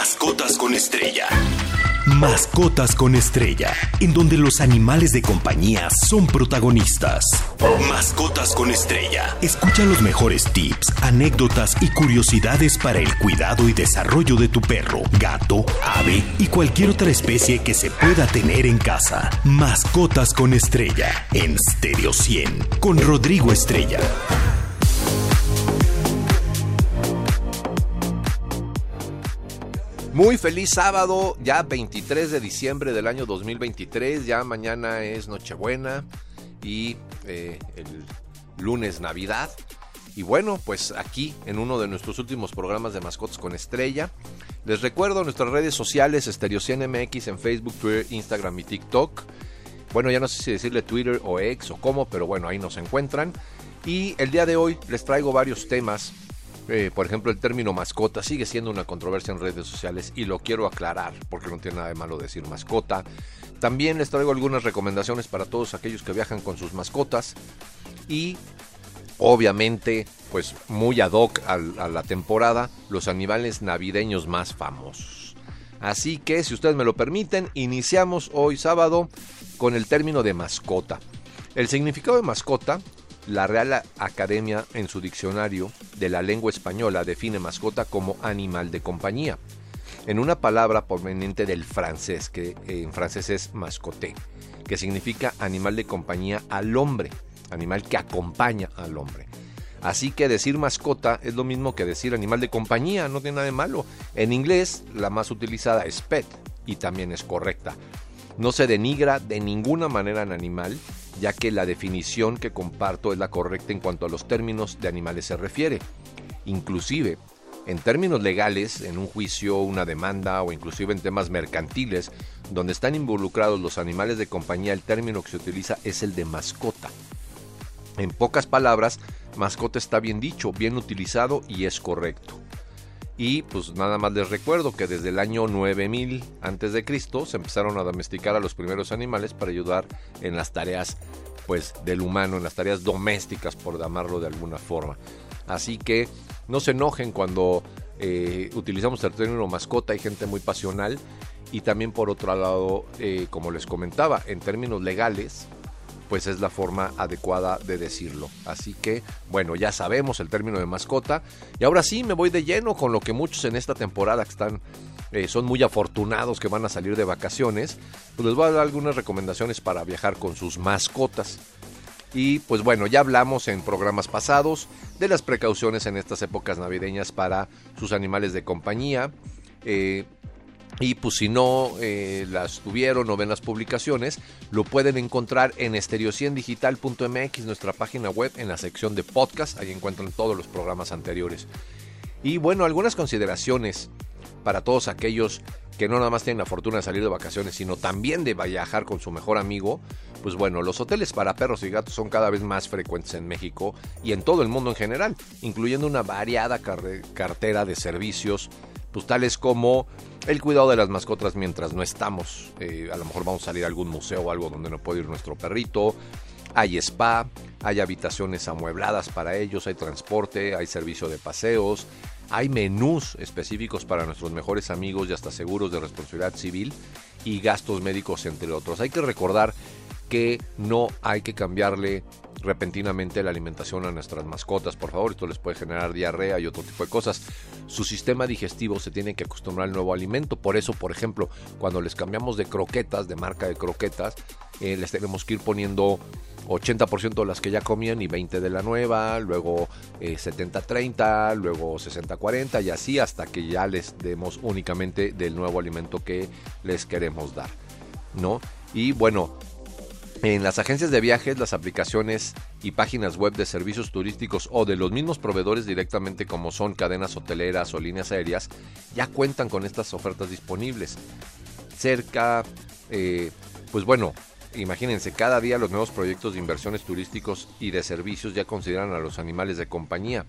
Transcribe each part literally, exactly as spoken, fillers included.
Mascotas con Estrella. Mascotas con Estrella, en donde los animales de compañía son protagonistas. Mascotas con Estrella. Escucha los mejores tips, anécdotas y curiosidades para el cuidado y desarrollo de tu perro, gato, ave y cualquier otra especie que se pueda tener en casa. Mascotas con Estrella, en Stereo cien, con Rodrigo Estrella. Muy feliz sábado, ya veintitrés de diciembre del año dos mil veintitrés, ya mañana es Nochebuena y eh, el lunes Navidad. Y bueno, pues aquí en uno de nuestros últimos programas de Mascotas con Estrella, les recuerdo nuestras redes sociales, Stereo cien M X en Facebook, Twitter, Instagram y TikTok. Bueno, ya no sé si decirle Twitter o X o cómo, pero bueno, ahí nos encuentran. Y el día de hoy les traigo varios temas. Eh, por ejemplo, el término mascota sigue siendo una controversia en redes sociales y lo quiero aclarar porque no tiene nada de malo decir mascota. También les traigo algunas recomendaciones para todos aquellos que viajan con sus mascotas y obviamente, pues muy ad hoc a, a la temporada, los animales navideños más famosos. Así que, si ustedes me lo permiten, iniciamos hoy sábado con el término de mascota. El significado de mascota: la Real Academia, en su diccionario de la lengua española, define mascota como animal de compañía, en una palabra proveniente del francés, que en francés es mascoté, que significa animal de compañía al hombre, animal que acompaña al hombre. Así que decir mascota es lo mismo que decir animal de compañía, no tiene nada de malo. En inglés, la más utilizada es pet, y también es correcta. No se denigra de ninguna manera al animal, ya que la definición que comparto es la correcta en cuanto a los términos de animales se refiere. Inclusive, en términos legales, en un juicio, una demanda o inclusive en temas mercantiles, donde están involucrados los animales de compañía, el término que se utiliza es el de mascota. En pocas palabras, mascota está bien dicho, bien utilizado y es correcto. Y pues nada más les recuerdo que desde el año nueve mil antes de Cristo se empezaron a domesticar a los primeros animales para ayudar en las tareas pues del humano, en las tareas domésticas, por llamarlo de alguna forma. Así que no se enojen cuando eh, utilizamos el término mascota, hay gente muy pasional. Y también por otro lado, eh, como les comentaba, en términos legales, pues es la forma adecuada de decirlo. Así que, bueno, ya sabemos el término de mascota. Y ahora sí me voy de lleno con lo que muchos en esta temporada que están, eh, son muy afortunados que van a salir de vacaciones. Pues les voy a dar algunas recomendaciones para viajar con sus mascotas. Y pues bueno, ya hablamos en programas pasados de las precauciones en estas épocas navideñas para sus animales de compañía. Eh... Y pues si no eh, las tuvieron o ven las publicaciones, lo pueden encontrar en stereo cien digital punto m x, nuestra página web, en la sección de podcast. Ahí encuentran todos los programas anteriores. Y bueno, algunas consideraciones para todos aquellos que no nada más tienen la fortuna de salir de vacaciones, sino también de viajar con su mejor amigo. Pues bueno, los hoteles para perros y gatos son cada vez más frecuentes en México y en todo el mundo en general, incluyendo una variada car- cartera de servicios, pues tales como el cuidado de las mascotas mientras no estamos. Eh, a lo mejor vamos a salir a algún museo o algo donde no puede ir nuestro perrito. Hay spa, hay habitaciones amuebladas para ellos, hay transporte, hay servicio de paseos, hay menús específicos para nuestros mejores amigos y hasta seguros de responsabilidad civil y gastos médicos, entre otros. Hay que recordar que no hay que cambiarle repentinamente la alimentación a nuestras mascotas, por favor. Esto les puede generar diarrea y otro tipo de cosas. Su sistema digestivo se tiene que acostumbrar al nuevo alimento. Por eso, por ejemplo, cuando les cambiamos de croquetas, de marca de croquetas, eh, les tenemos que ir poniendo ochenta por ciento de las que ya comían y veinte de la nueva, luego eh, setenta treinta, luego sesenta cuarenta y así hasta que ya les demos únicamente del nuevo alimento que les queremos dar, ¿no? Y bueno, en las agencias de viajes, las aplicaciones y páginas web de servicios turísticos o de los mismos proveedores directamente, como son cadenas hoteleras o líneas aéreas, ya cuentan con estas ofertas disponibles. Cerca, eh, pues bueno, imagínense, cada día los nuevos proyectos de inversiones turísticos y de servicios ya consideran a los animales de compañía.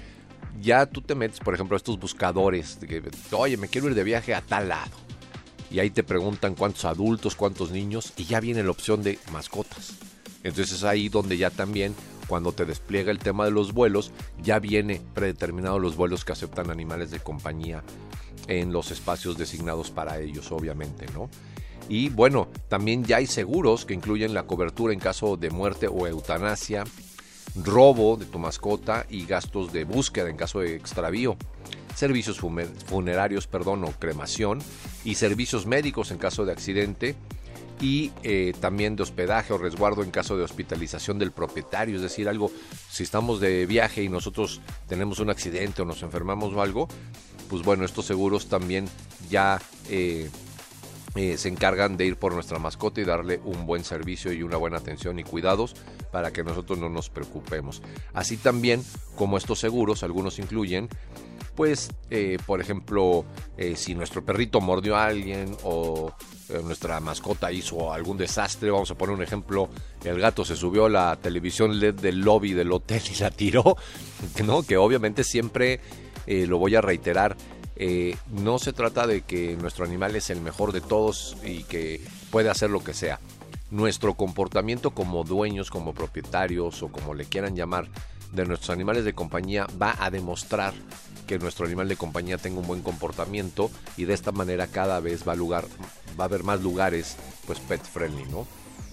Ya tú te metes, por ejemplo, a estos buscadores de que, oye, me quiero ir de viaje a tal lado. Y ahí te preguntan cuántos adultos, cuántos niños, y ya viene la opción de mascotas. Entonces es ahí donde ya también cuando te despliega el tema de los vuelos, ya viene predeterminado los vuelos que aceptan animales de compañía en los espacios designados para ellos, obviamente, ¿no? Y bueno, también ya hay seguros que incluyen la cobertura en caso de muerte o eutanasia, robo de tu mascota y gastos de búsqueda en caso de extravío, servicios funerarios, perdón, o cremación, y servicios médicos en caso de accidente, y eh, también de hospedaje o resguardo en caso de hospitalización del propietario. Es decir, algo, si estamos de viaje y nosotros tenemos un accidente o nos enfermamos o algo, pues bueno, estos seguros también ya eh, eh, se encargan de ir por nuestra mascota y darle un buen servicio y una buena atención y cuidados para que nosotros no nos preocupemos. Así también como estos seguros, algunos incluyen pues, eh, por ejemplo, eh, si nuestro perrito mordió a alguien o eh, nuestra mascota hizo algún desastre, vamos a poner un ejemplo, el gato se subió a la televisión L E D del lobby del hotel y la tiró, ¿no? Que obviamente siempre, eh, lo voy a reiterar, eh, no se trata de que nuestro animal es el mejor de todos y que puede hacer lo que sea. Nuestro comportamiento como dueños, como propietarios o como le quieran llamar, de nuestros animales de compañía va a demostrar que nuestro animal de compañía tenga un buen comportamiento, y de esta manera cada vez va a, lugar, va a haber más lugares pues pet friendly, ¿no?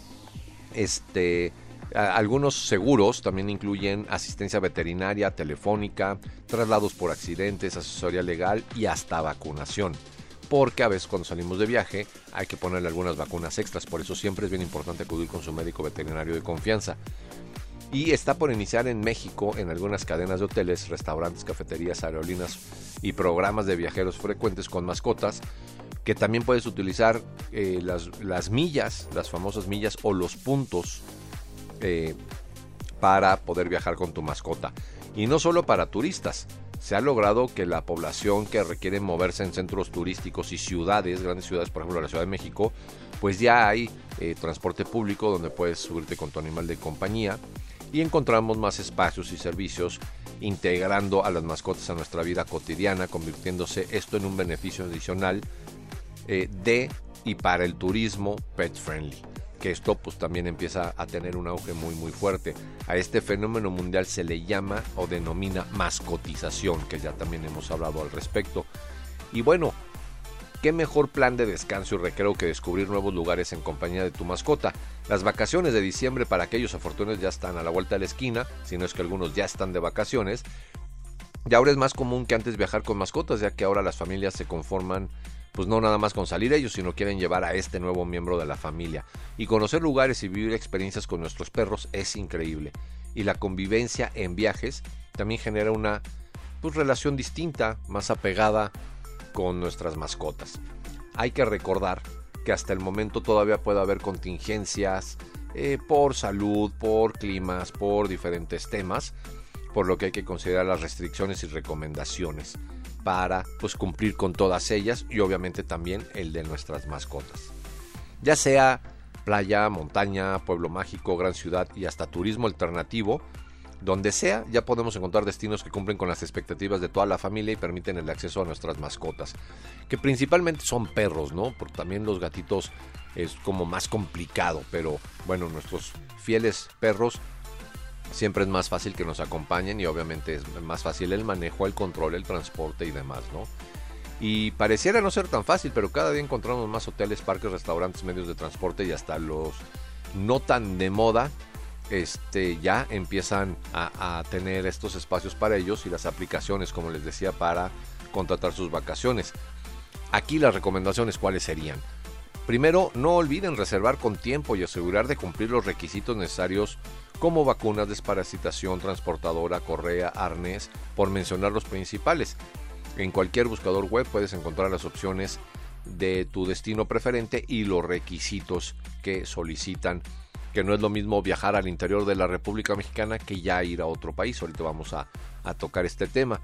Este, a, algunos seguros también incluyen asistencia veterinaria, telefónica, traslados por accidentes, asesoría legal y hasta vacunación, porque a veces cuando salimos de viaje hay que ponerle algunas vacunas extras. Por eso siempre es bien importante acudir con su médico veterinario de confianza. Y está por iniciar en México en algunas cadenas de hoteles, restaurantes, cafeterías, aerolíneas y programas de viajeros frecuentes con mascotas, que también puedes utilizar eh, las, las millas, las famosas millas o los puntos eh, para poder viajar con tu mascota. Y no solo para turistas, se ha logrado que la población que requiere moverse en centros turísticos y ciudades, grandes ciudades, por ejemplo la Ciudad de México, pues ya hay eh, transporte público donde puedes subirte con tu animal de compañía. Y encontramos más espacios y servicios integrando a las mascotas a nuestra vida cotidiana, convirtiéndose esto en un beneficio adicional eh, de y para el turismo pet friendly, que esto pues también empieza a tener un auge muy muy fuerte. A este fenómeno mundial se le llama o denomina mascotización, que ya también hemos hablado al respecto. Y bueno, ¿qué mejor plan de descanso y recreo que descubrir nuevos lugares en compañía de tu mascota? Las vacaciones de diciembre para aquellos afortunados ya están a la vuelta de la esquina, si no es que algunos ya están de vacaciones. Y ahora es más común que antes viajar con mascotas, ya que ahora las familias se conforman pues no nada más con salir ellos, sino quieren llevar a este nuevo miembro de la familia. Y conocer lugares y vivir experiencias con nuestros perros es increíble. Y la convivencia en viajes también genera una pues, relación distinta, más apegada con nuestras mascotas. Hay que recordar que hasta el momento todavía puede haber contingencias eh, por salud, por climas, por diferentes temas, por lo que hay que considerar las restricciones y recomendaciones para pues cumplir con todas ellas, y obviamente también el de nuestras mascotas. Ya sea playa, montaña, pueblo mágico, gran ciudad y hasta turismo alternativo, donde sea, ya podemos encontrar destinos que cumplen con las expectativas de toda la familia y permiten el acceso a nuestras mascotas, que principalmente son perros, ¿no? Porque también los gatitos es como más complicado, pero bueno, nuestros fieles perros siempre es más fácil que nos acompañen, y obviamente es más fácil el manejo, el control, el transporte y demás, ¿no? Y pareciera no ser tan fácil, pero cada día encontramos más hoteles, parques, restaurantes, medios de transporte y hasta los no tan de moda Este, ya empiezan a, a tener estos espacios para ellos, y las aplicaciones, como les decía, para contratar sus vacaciones. Aquí las recomendaciones, ¿cuáles serían? Primero, no olviden reservar con tiempo y asegurar de cumplir los requisitos necesarios como vacunas, desparasitación, transportadora, correa, arnés, por mencionar los principales. En cualquier buscador web puedes encontrar las opciones de tu destino preferente y los requisitos que solicitan, que no es lo mismo viajar al interior de la República Mexicana que ya ir a otro país. Ahorita vamos a, a tocar este tema.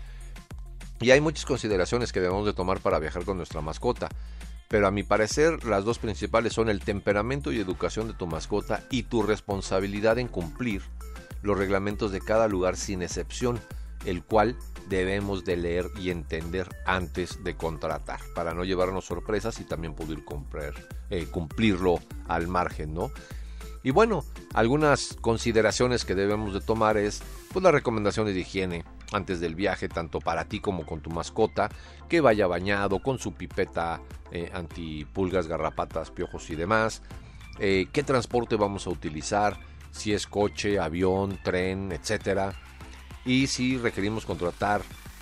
Y hay muchas consideraciones que debemos de tomar para viajar con nuestra mascota, pero a mi parecer las dos principales son el temperamento y educación de tu mascota y tu responsabilidad en cumplir los reglamentos de cada lugar sin excepción, el cual debemos de leer y entender antes de contratar, para no llevarnos sorpresas y también poder comprar, eh, cumplirlo al margen, ¿no? Y bueno, algunas consideraciones que debemos de tomar es pues las recomendaciones de higiene antes del viaje, tanto para ti como con tu mascota, que vaya bañado con su pipeta eh, antipulgas, garrapatas, piojos y demás. Eh, ¿Qué transporte vamos a utilizar? Si es coche, avión, tren, etcétera. Y si requerimos contratar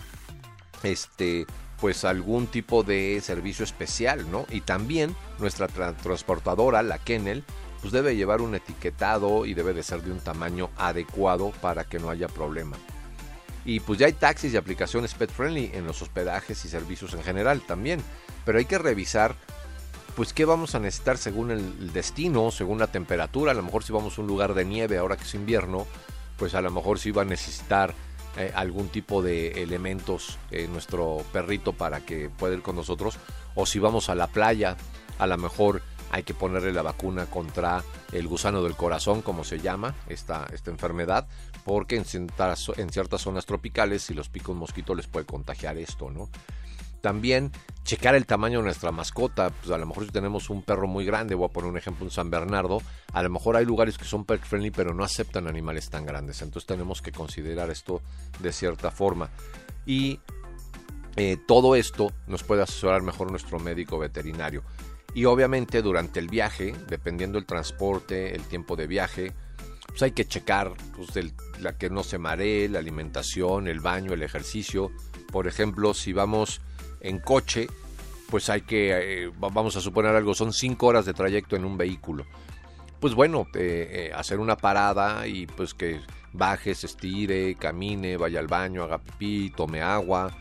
este pues algún tipo de servicio especial, ¿no? Y también nuestra tra- transportadora, la Kennel, pues debe llevar un etiquetado y debe de ser de un tamaño adecuado para que no haya problema. Y pues ya hay taxis y aplicaciones pet friendly en los hospedajes y servicios en general también, pero hay que revisar pues qué vamos a necesitar según el destino, según la temperatura. A lo mejor si vamos a un lugar de nieve ahora que es invierno, pues a lo mejor sí va a necesitar eh, algún tipo de elementos eh, nuestro perrito para que pueda ir con nosotros. O si vamos a la playa, a lo mejor hay que ponerle la vacuna contra el gusano del corazón, como se llama esta, esta enfermedad, porque en ciertas, en ciertas zonas tropicales, si los pica un mosquito, les puede contagiar esto, ¿no? También checar el tamaño de nuestra mascota. Pues a lo mejor si tenemos un perro muy grande, voy a poner un ejemplo, un San Bernardo, a lo mejor hay lugares que son pet friendly pero no aceptan animales tan grandes, entonces tenemos que considerar esto de cierta forma. Y eh, todo esto nos puede asesorar mejor nuestro médico veterinario. Y obviamente durante el viaje, dependiendo del transporte, el tiempo de viaje, pues hay que checar pues, el, la que no se maree, la alimentación, el baño, el ejercicio. Por ejemplo, si vamos en coche, pues hay que, eh, vamos a suponer algo, son cinco horas de trayecto en un vehículo. Pues bueno, eh, eh, hacer una parada y pues que baje, se estire, camine, vaya al baño, haga pipí, tome agua.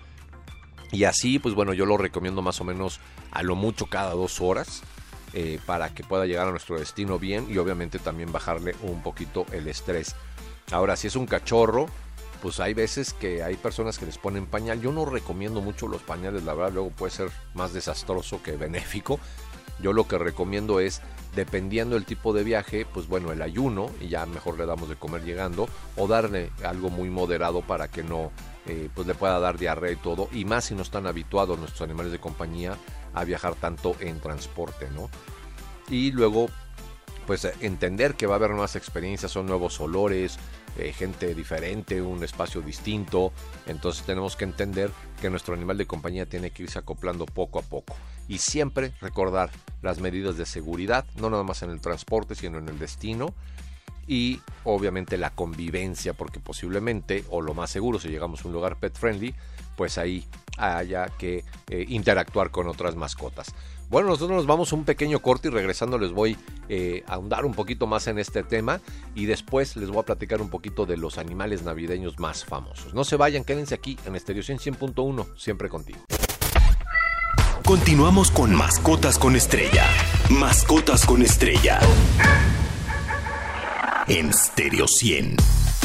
Y así, pues bueno, yo lo recomiendo más o menos a lo mucho cada dos horas eh, para que pueda llegar a nuestro destino bien y obviamente también bajarle un poquito el estrés. Ahora, si es un cachorro, pues hay veces que hay personas que les ponen pañal. Yo no recomiendo mucho los pañales, la verdad, luego puede ser más desastroso que benéfico. Yo lo que recomiendo es, dependiendo del tipo de viaje, pues bueno, el ayuno, y ya mejor le damos de comer llegando, o darle algo muy moderado para que no eh, pues le pueda dar diarrea y todo, y más si no están habituados nuestros animales de compañía a viajar tanto en transporte, ¿no? Y luego, pues entender que va a haber nuevas experiencias, son nuevos olores, eh, gente diferente, un espacio distinto. Entonces tenemos que entender que nuestro animal de compañía tiene que irse acoplando poco a poco. Y siempre recordar las medidas de seguridad, no nada más en el transporte, sino en el destino. Y obviamente la convivencia, porque posiblemente, o lo más seguro, si llegamos a un lugar pet friendly, pues ahí haya que eh, interactuar con otras mascotas. Bueno, nosotros nos vamos a un pequeño corte y regresando les voy eh, a ahondar un poquito más en este tema y después les voy a platicar un poquito de los animales navideños más famosos. No se vayan, quédense aquí en Estéreo cien punto uno, siempre contigo. Continuamos con Mascotas con Estrella. Mascotas con Estrella. En Estéreo cien.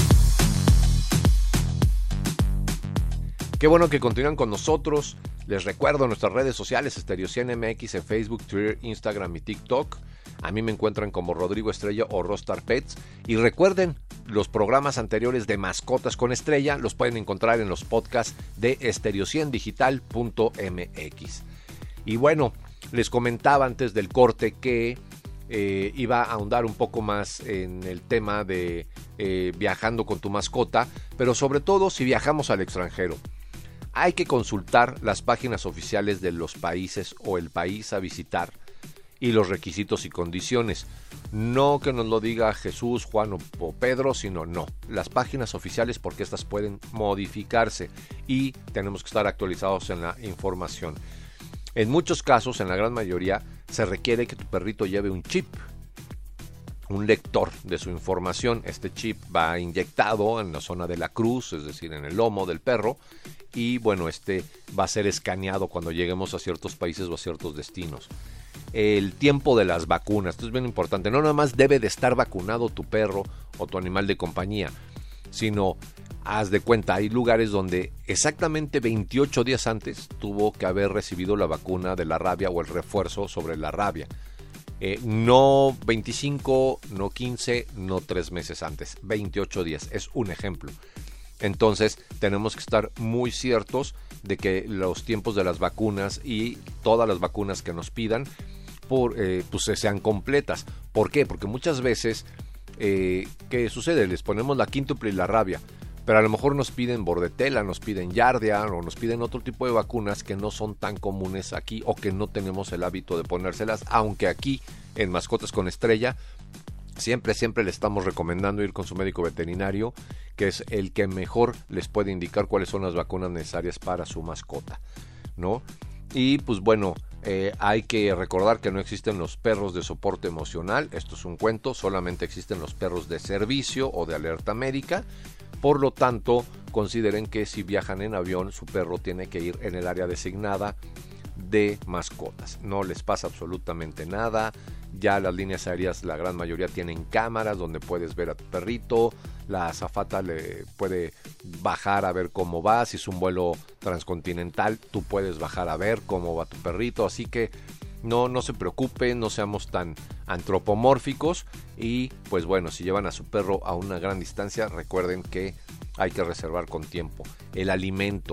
Qué bueno que continúan con nosotros. Les recuerdo nuestras redes sociales, Estéreo cien M X en Facebook, Twitter, Instagram y TikTok. A mí me encuentran como Rodrigo Estrella o Rostar Pets. Y recuerden, los programas anteriores de Mascotas con Estrella los pueden encontrar en los podcasts de estereo cien digital punto m x. Y bueno, les comentaba antes del corte que eh, iba a ahondar un poco más en el tema de eh, viajando con tu mascota, pero sobre todo si viajamos al extranjero. Hay que consultar las páginas oficiales de los países o el país a visitar y los requisitos y condiciones. No que nos lo diga Jesús, Juan o Pedro, sino no. Las páginas oficiales, porque estas pueden modificarse y tenemos que estar actualizados en la información. En muchos casos, en la gran mayoría, se requiere que tu perrito lleve un chip, un lector de su información. Este chip va inyectado en la zona de la cruz, es decir, en el lomo del perro, y bueno, este va a ser escaneado cuando lleguemos a ciertos países o a ciertos destinos. El tiempo de las vacunas, esto es bien importante. No nada más debe de estar vacunado tu perro o tu animal de compañía, sino, haz de cuenta, hay lugares donde exactamente veintiocho días antes tuvo que haber recibido la vacuna de la rabia o el refuerzo sobre la rabia. Eh, no veinticinco, no quince, no tres meses antes, veintiocho días, es un ejemplo. Entonces tenemos que estar muy ciertos de que los tiempos de las vacunas y todas las vacunas que nos pidan por, eh, pues sean completas. ¿Por qué? Porque muchas veces, eh, ¿qué sucede? Les ponemos la quíntuple y la rabia, pero a lo mejor nos piden bordetela, nos piden yardia o nos piden otro tipo de vacunas que no son tan comunes aquí o que no tenemos el hábito de ponérselas, aunque aquí en Mascotas con Estrella siempre, siempre le estamos recomendando ir con su médico veterinario, que es el que mejor les puede indicar cuáles son las vacunas necesarias para su mascota, ¿no? Y pues bueno, eh, hay que recordar que no existen los perros de soporte emocional, esto es un cuento, solamente existen los perros de servicio o de alerta médica. Por lo tanto, consideren que si viajan en avión, su perro tiene que ir en el área designada de mascotas. No les pasa absolutamente nada. Ya las líneas aéreas, la gran mayoría tienen cámaras donde puedes ver a tu perrito. La azafata le puede bajar a ver cómo va. Si es un vuelo transcontinental, tú puedes bajar a ver cómo va tu perrito. Así que no, no se preocupen, no seamos tan antropomórficos. Y pues bueno, si llevan a su perro a una gran distancia, recuerden que hay que reservar con tiempo. El alimento.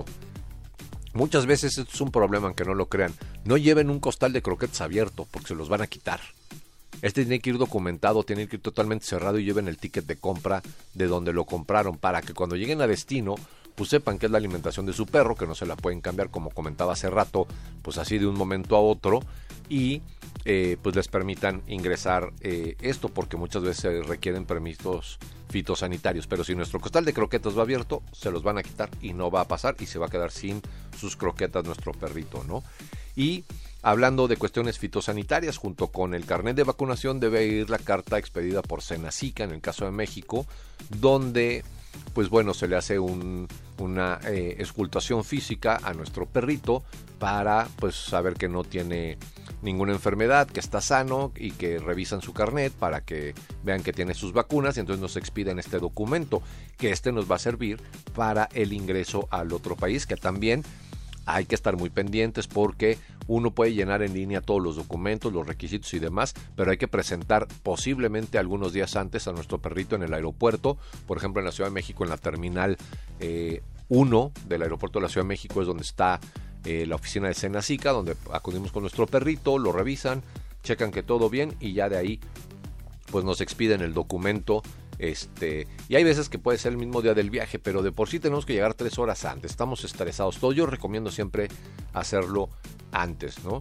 Muchas veces esto es un problema, aunque no lo crean. No lleven un costal de croquetas abierto porque se los van a quitar. Este tiene que ir documentado, tiene que ir totalmente cerrado y lleven el ticket de compra de donde lo compraron para que cuando lleguen a destino, pues sepan que es la alimentación de su perro, que no se la pueden cambiar, como comentaba hace rato, pues así de un momento a otro, y eh, pues les permitan ingresar eh, esto, porque muchas veces se requieren permisos fitosanitarios, pero si nuestro costal de croquetas va abierto, se los van a quitar y no va a pasar y se va a quedar sin sus croquetas nuestro perrito, ¿no? Y hablando de cuestiones fitosanitarias, junto con el carnet de vacunación debe ir la carta expedida por Senacica en el caso de México, donde pues bueno, se le hace un, una eh, escultación física a nuestro perrito para pues saber que no tiene ninguna enfermedad, que está sano, y que revisan su carnet para que vean que tiene sus vacunas y entonces nos expiden este documento, que este nos va a servir para el ingreso al otro país, que también hay que estar muy pendientes porque uno puede llenar en línea todos los documentos, los requisitos y demás, pero hay que presentar posiblemente algunos días antes a nuestro perrito en el aeropuerto. Por ejemplo, en la Ciudad de México, en la terminal eh, uno del aeropuerto de la Ciudad de México es donde está eh, la oficina de Senacica, donde acudimos con nuestro perrito, lo revisan, checan que todo bien y ya de ahí pues nos expiden el documento. Este, y hay veces que puede ser el mismo día del viaje, pero de por sí tenemos que llegar tres horas antes. Estamos estresados. Todo yo recomiendo siempre hacerlo antes, ¿no?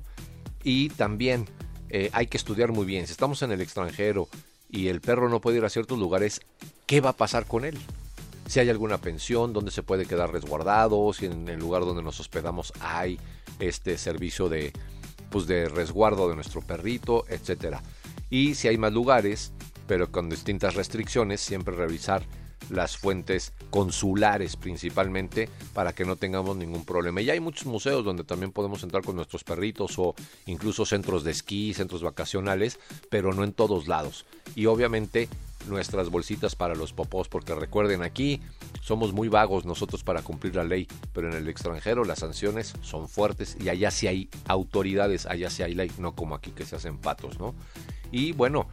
Y también eh, hay que estudiar muy bien. Si estamos en el extranjero y el perro no puede ir a ciertos lugares, ¿qué va a pasar con él? Si hay alguna pensión donde se puede quedar resguardado, si en el lugar donde nos hospedamos hay este servicio de, pues de resguardo de nuestro perrito, etcétera. Y si hay más lugares, pero con distintas restricciones, siempre revisar las fuentes consulares principalmente para que no tengamos ningún problema. Y hay muchos museos donde también podemos entrar con nuestros perritos o incluso centros de esquí, centros vacacionales, pero no en todos lados. Y obviamente nuestras bolsitas para los popós, porque recuerden, aquí somos muy vagos nosotros para cumplir la ley, pero en el extranjero las sanciones son fuertes y allá sí hay autoridades, allá sí hay ley, no como aquí que se hacen patos, ¿no? Y bueno,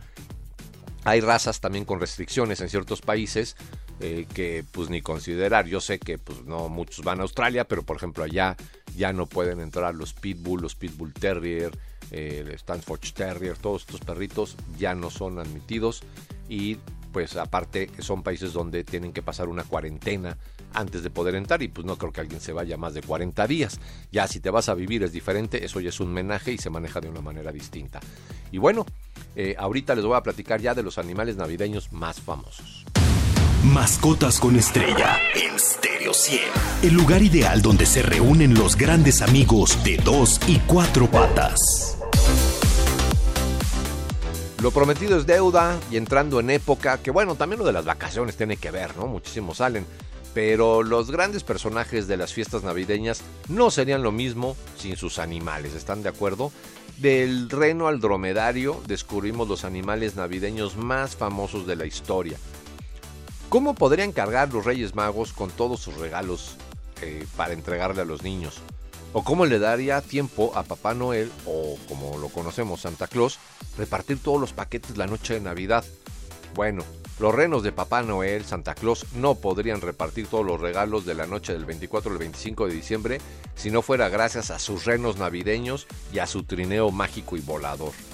hay razas también con restricciones en ciertos países eh, que pues ni considerar. Yo sé que pues no muchos van a Australia, pero por ejemplo allá ya no pueden entrar los Pitbull, los Pitbull Terrier, eh, el Staffordshire Terrier, todos estos perritos ya no son admitidos y pues aparte son países donde tienen que pasar una cuarentena antes de poder entrar y pues no creo que alguien se vaya más de cuarenta días. Ya si te vas a vivir es diferente, eso ya es un menaje y se maneja de una manera distinta. Y bueno, eh, ahorita les voy a platicar ya de los animales navideños más famosos. Mascotas con Estrella en Stereo cien. El lugar ideal donde se reúnen los grandes amigos de dos y cuatro patas. Lo prometido es deuda y entrando en época, que bueno, también lo de las vacaciones tiene que ver, ¿no? Muchísimos salen, pero los grandes personajes de las fiestas navideñas no serían lo mismo sin sus animales, ¿están de acuerdo? Del reno al dromedario descubrimos los animales navideños más famosos de la historia. ¿Cómo podrían cargar los Reyes Magos con todos sus regalos eh, para entregarle a los niños? ¿O cómo le daría tiempo a Papá Noel, o como lo conocemos Santa Claus, repartir todos los paquetes la noche de Navidad? Bueno, los renos de Papá Noel, Santa Claus, no podrían repartir todos los regalos de la noche del veinticuatro al veinticinco de diciembre si no fuera gracias a sus renos navideños y a su trineo mágico y volador.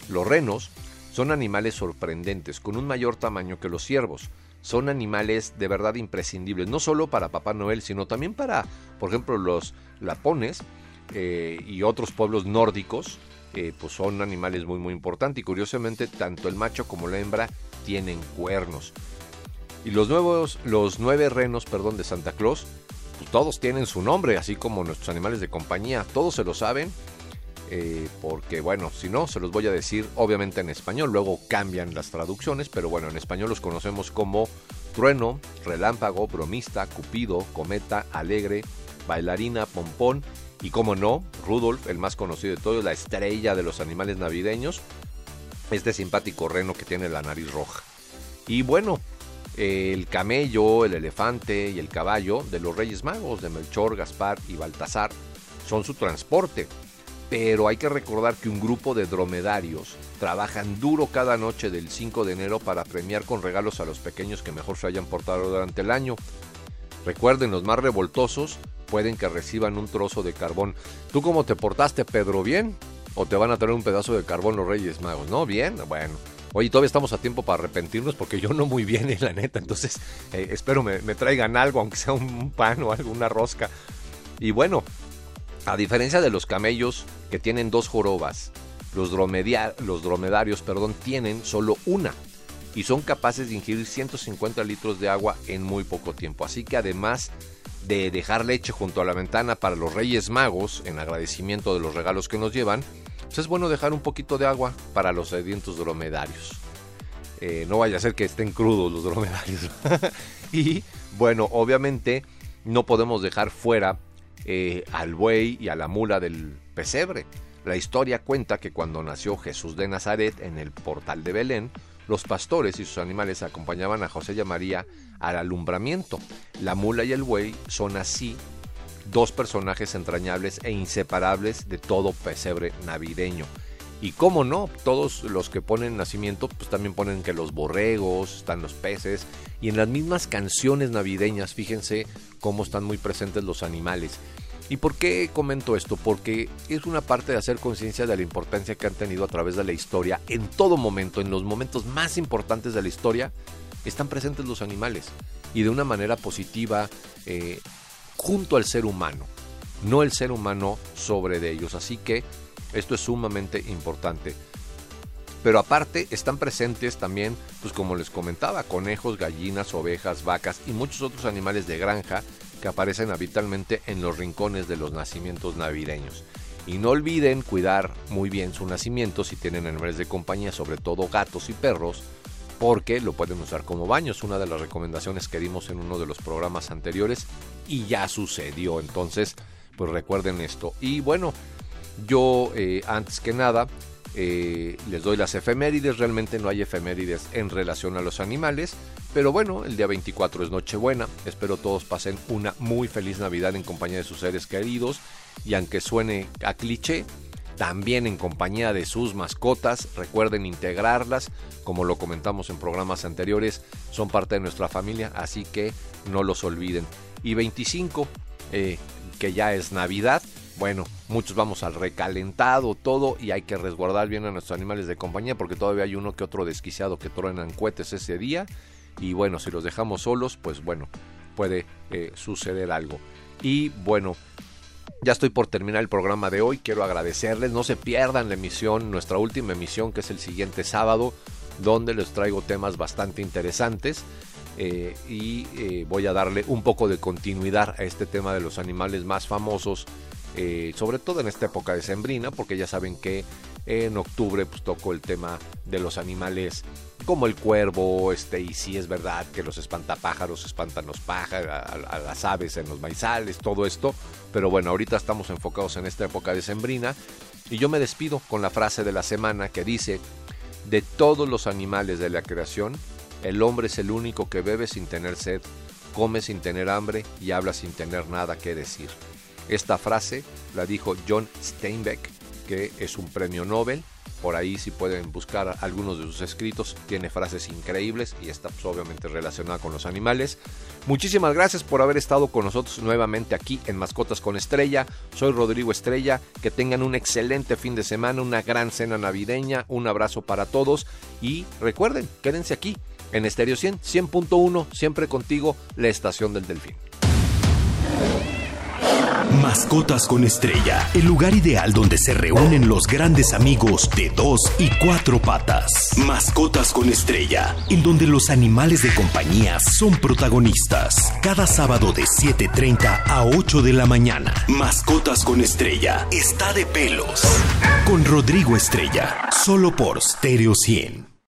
Los renos son animales sorprendentes, con un mayor tamaño que los ciervos. Son animales de verdad imprescindibles, no solo para Papá Noel, sino también para, por ejemplo, los lapones eh, y otros pueblos nórdicos, eh, pues son animales muy muy importantes. Y curiosamente, tanto el macho como la hembra tienen cuernos. Y los nuevos, los nueve renos, perdón, de Santa Claus, pues todos tienen su nombre, así como nuestros animales de compañía. Todos se lo saben, eh, porque bueno, si no, se los voy a decir obviamente en español. Luego cambian las traducciones, pero bueno, en español los conocemos como Trueno, Relámpago, Bromista, Cupido, Cometa, Alegre, Bailarina, Pompón y, como no, Rudolf, el más conocido de todos, la estrella de los animales navideños, este simpático reno que tiene la nariz roja. Y bueno, el camello, el elefante y el caballo de los Reyes Magos, de Melchor, Gaspar y Baltasar, son su transporte. Pero hay que recordar que un grupo de dromedarios trabajan duro cada noche del cinco de enero para premiar con regalos a los pequeños que mejor se hayan portado durante el año. Recuerden, los más revoltosos pueden que reciban un trozo de carbón. ¿Tú cómo te portaste, Pedro? ¿Bien? ¿O te van a traer un pedazo de carbón los Reyes Magos? ¿No? ¿Bien? Bueno. Oye, todavía estamos a tiempo para arrepentirnos porque yo no muy bien, eh, la neta. Entonces, eh, espero me, me traigan algo, aunque sea un pan o algo, una rosca. Y bueno, a diferencia de los camellos que tienen dos jorobas, los, dromedia, los dromedarios perdón, tienen solo una y son capaces de ingerir ciento cincuenta litros de agua en muy poco tiempo. Así que además de dejar leche junto a la ventana para los Reyes Magos, en agradecimiento de los regalos que nos llevan, pues es bueno dejar un poquito de agua para los sedientos dromedarios. Eh, no vaya a ser que estén crudos los dromedarios. Y bueno, obviamente no podemos dejar fuera eh, al buey y a la mula del pesebre. La historia cuenta que cuando nació Jesús de Nazaret en el portal de Belén, los pastores y sus animales acompañaban a José y a María al alumbramiento. La mula y el buey son así dos personajes entrañables e inseparables de todo pesebre navideño. Y cómo no, todos los que ponen nacimiento pues también ponen que los borregos, están los peces, y en las mismas canciones navideñas, fíjense cómo están muy presentes los animales. ¿Y por qué comento esto? Porque es una parte de hacer conciencia de la importancia que han tenido a través de la historia. En todo momento, en los momentos más importantes de la historia, están presentes los animales, y de una manera positiva, eh, junto al ser humano, no el ser humano sobre de ellos. Así que esto es sumamente importante. Pero aparte están presentes también, pues como les comentaba, conejos, gallinas, ovejas, vacas y muchos otros animales de granja que aparecen habitualmente en los rincones de los nacimientos navideños. Y no olviden cuidar muy bien su nacimiento si tienen animales de compañía, sobre todo gatos y perros, porque lo pueden usar como baños, una de las recomendaciones que dimos en uno de los programas anteriores, y ya sucedió. Entonces, pues recuerden esto. Y bueno, yo eh, antes que nada eh, les doy las efemérides. Realmente no hay efemérides en relación a los animales, pero bueno, el día veinticuatro es Nochebuena. Espero todos pasen una muy feliz Navidad en compañía de sus seres queridos, y aunque suene a cliché, también en compañía de sus mascotas. Recuerden integrarlas, como lo comentamos en programas anteriores, son parte de nuestra familia, así que no los olviden. Y veinticinco, eh, que ya es Navidad, bueno, muchos vamos al recalentado todo, y hay que resguardar bien a nuestros animales de compañía, porque todavía hay uno que otro desquiciado que truenan cohetes ese día, y bueno, si los dejamos solos, pues bueno, puede eh, suceder algo. Y bueno, ya estoy por terminar el programa de hoy. Quiero agradecerles, no se pierdan la emisión, nuestra última emisión, que es el siguiente sábado, donde les traigo temas bastante interesantes, eh, y eh, voy a darle un poco de continuidad a este tema de los animales más famosos, eh, sobre todo en esta época decembrina, porque ya saben que en octubre pues toco el tema de los animales como el cuervo, este, y sí es verdad que los espantapájaros espantan los pájaros, a, a las aves en los maizales, todo esto. Pero bueno, ahorita estamos enfocados en esta época decembrina, y yo me despido con la frase de la semana que dice: de todos los animales de la creación, el hombre es el único que bebe sin tener sed, come sin tener hambre y habla sin tener nada que decir. Esta frase la dijo John Steinbeck, que es un premio Nobel por ahí si pueden buscar algunos de sus escritos, tiene frases increíbles y está pues, obviamente relacionada con los animales. Muchísimas gracias por haber estado con nosotros nuevamente aquí en Mascotas con Estrella. Soy Rodrigo Estrella, que tengan un excelente fin de semana, una gran cena navideña, un abrazo para todos y recuerden, quédense aquí en Estéreo cien, cien punto uno, siempre contigo, la estación del delfín. Mascotas con Estrella, el lugar ideal donde se reúnen los grandes amigos de dos y cuatro patas. Mascotas con Estrella, en donde los animales de compañía son protagonistas. Cada sábado de siete treinta a ocho de la mañana. Mascotas con Estrella está de pelos. Con Rodrigo Estrella, solo por Estéreo cien.